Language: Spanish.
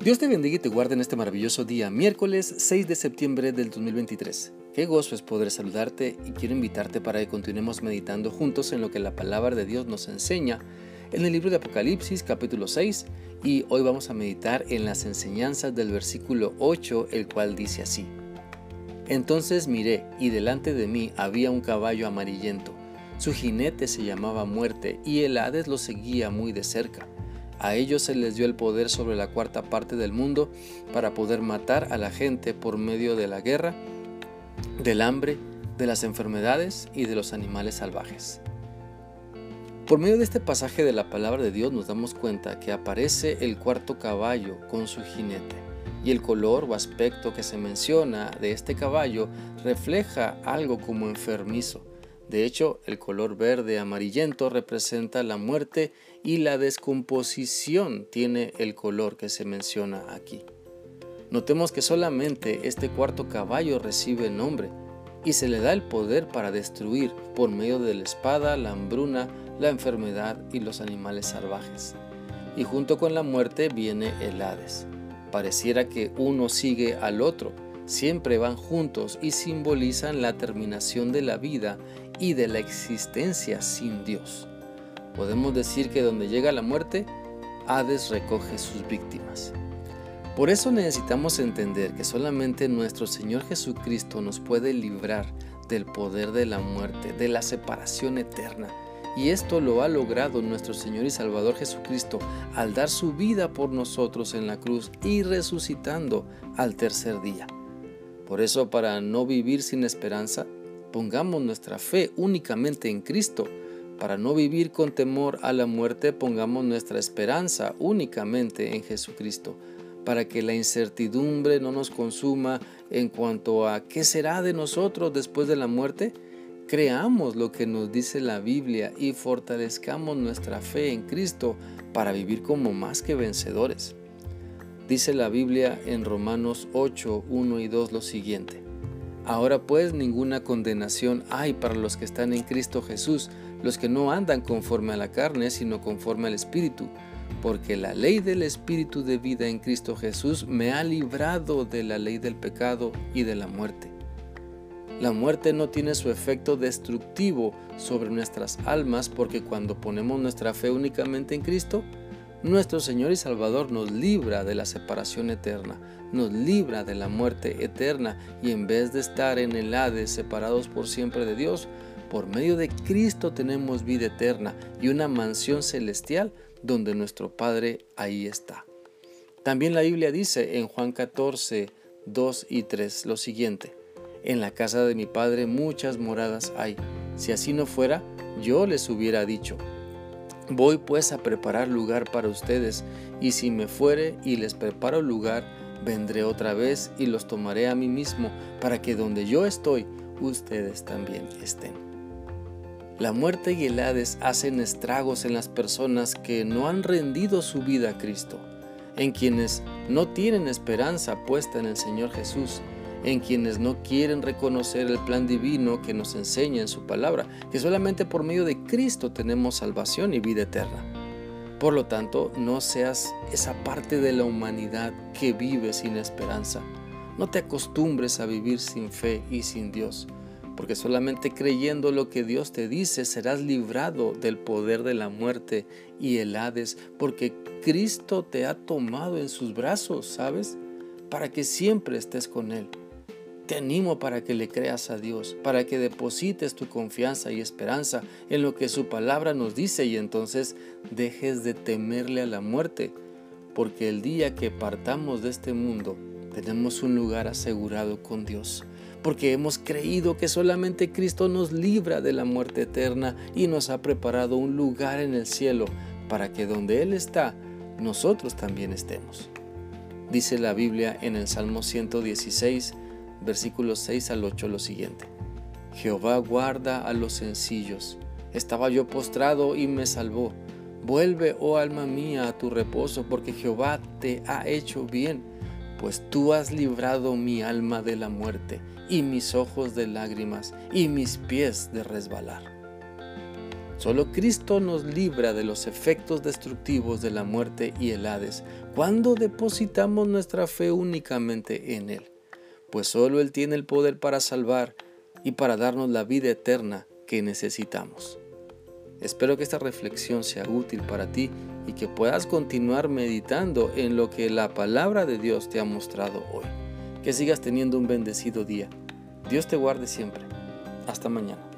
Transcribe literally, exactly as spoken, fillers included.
Dios te bendiga y te guarde en este maravilloso día, miércoles seis de septiembre del dos mil veintitrés. Qué gozo es poder saludarte y quiero invitarte para que continuemos meditando juntos en lo que la palabra de Dios nos enseña en el libro de Apocalipsis capítulo seis, y hoy vamos a meditar en las enseñanzas del versículo ocho, el cual dice así: Entonces miré y delante de mí había un caballo amarillento, su jinete se llamaba Muerte y el Hades lo seguía muy de cerca. A ellos se les dio el poder sobre la cuarta parte del mundo para poder matar a la gente por medio de la guerra, del hambre, de las enfermedades y de los animales salvajes. Por medio de este pasaje de la palabra de Dios nos damos cuenta que aparece el cuarto caballo con su jinete, y el color o aspecto que se menciona de este caballo refleja algo como enfermizo. De hecho, el color verde amarillento representa la muerte y la descomposición tiene el color que se menciona aquí. Notemos que solamente este cuarto caballo recibe nombre y se le da el poder para destruir por medio de la espada, la hambruna, la enfermedad y los animales salvajes. Y junto con la muerte viene el Hades. Pareciera que uno sigue al otro, siempre van juntos y simbolizan la terminación de la vida y de la existencia sin Dios. Podemos decir que donde llega la muerte, Hades recoge sus víctimas. Por eso necesitamos entender que solamente nuestro Señor Jesucristo nos puede librar del poder de la muerte, de la separación eterna. Y esto lo ha logrado nuestro Señor y Salvador Jesucristo al dar su vida por nosotros en la cruz y resucitando al tercer día. Por eso, para no vivir sin esperanza, pongamos nuestra fe únicamente en Cristo. Para no vivir con temor a la muerte, pongamos nuestra esperanza únicamente en Jesucristo. Para que la incertidumbre no nos consuma en cuanto a qué será de nosotros después de la muerte, creamos lo que nos dice la Biblia y fortalezcamos nuestra fe en Cristo para vivir como más que vencedores. Dice la Biblia en Romanos ocho, uno y dos lo siguiente: Ahora pues ninguna condenación hay para los que están en Cristo Jesús, los que no andan conforme a la carne, sino conforme al Espíritu, porque la ley del Espíritu de vida en Cristo Jesús me ha librado de la ley del pecado y de la muerte. La muerte no tiene su efecto destructivo sobre nuestras almas, porque cuando ponemos nuestra fe únicamente en Cristo, nuestro Señor y Salvador nos libra de la separación eterna, nos libra de la muerte eterna, y en vez de estar en el Hades separados por siempre de Dios, por medio de Cristo tenemos vida eterna y una mansión celestial donde nuestro Padre ahí está. También la Biblia dice en Juan catorce, dos y tres lo siguiente: En la casa de mi Padre muchas moradas hay, si así no fuera, yo les hubiera dicho. Voy pues a preparar lugar para ustedes, y si me fuere y les preparo lugar, vendré otra vez y los tomaré a mí mismo, para que donde yo estoy, ustedes también estén. La muerte y el Hades hacen estragos en las personas que no han rendido su vida a Cristo, en quienes no tienen esperanza puesta en el Señor Jesús, en quienes no quieren reconocer el plan divino que nos enseña en su palabra, que solamente por medio de Cristo tenemos salvación y vida eterna. Por lo tanto, no seas esa parte de la humanidad que vive sin esperanza. No te acostumbres a vivir sin fe y sin Dios, porque solamente creyendo lo que Dios te dice serás librado del poder de la muerte y el Hades, porque Cristo te ha tomado en sus brazos, ¿sabes? Para que siempre estés con Él. Te animo para que le creas a Dios, para que deposites tu confianza y esperanza en lo que su palabra nos dice, y entonces dejes de temerle a la muerte, porque el día que partamos de este mundo tenemos un lugar asegurado con Dios, porque hemos creído que solamente Cristo nos libra de la muerte eterna y nos ha preparado un lugar en el cielo para que donde Él está, nosotros también estemos. Dice la Biblia en el Salmo ciento dieciséis, versículos seis al ocho lo siguiente: Jehová guarda a los sencillos. Estaba yo postrado y me salvó. Vuelve, oh alma mía, a tu reposo, porque Jehová te ha hecho bien, pues tú has librado mi alma de la muerte, y mis ojos de lágrimas, y mis pies de resbalar. Solo Cristo nos libra de los efectos destructivos de la muerte y el Hades cuando depositamos nuestra fe únicamente en Él, pues solo Él tiene el poder para salvar y para darnos la vida eterna que necesitamos. Espero que esta reflexión sea útil para ti y que puedas continuar meditando en lo que la palabra de Dios te ha mostrado hoy. Que sigas teniendo un bendecido día. Dios te guarde siempre. Hasta mañana.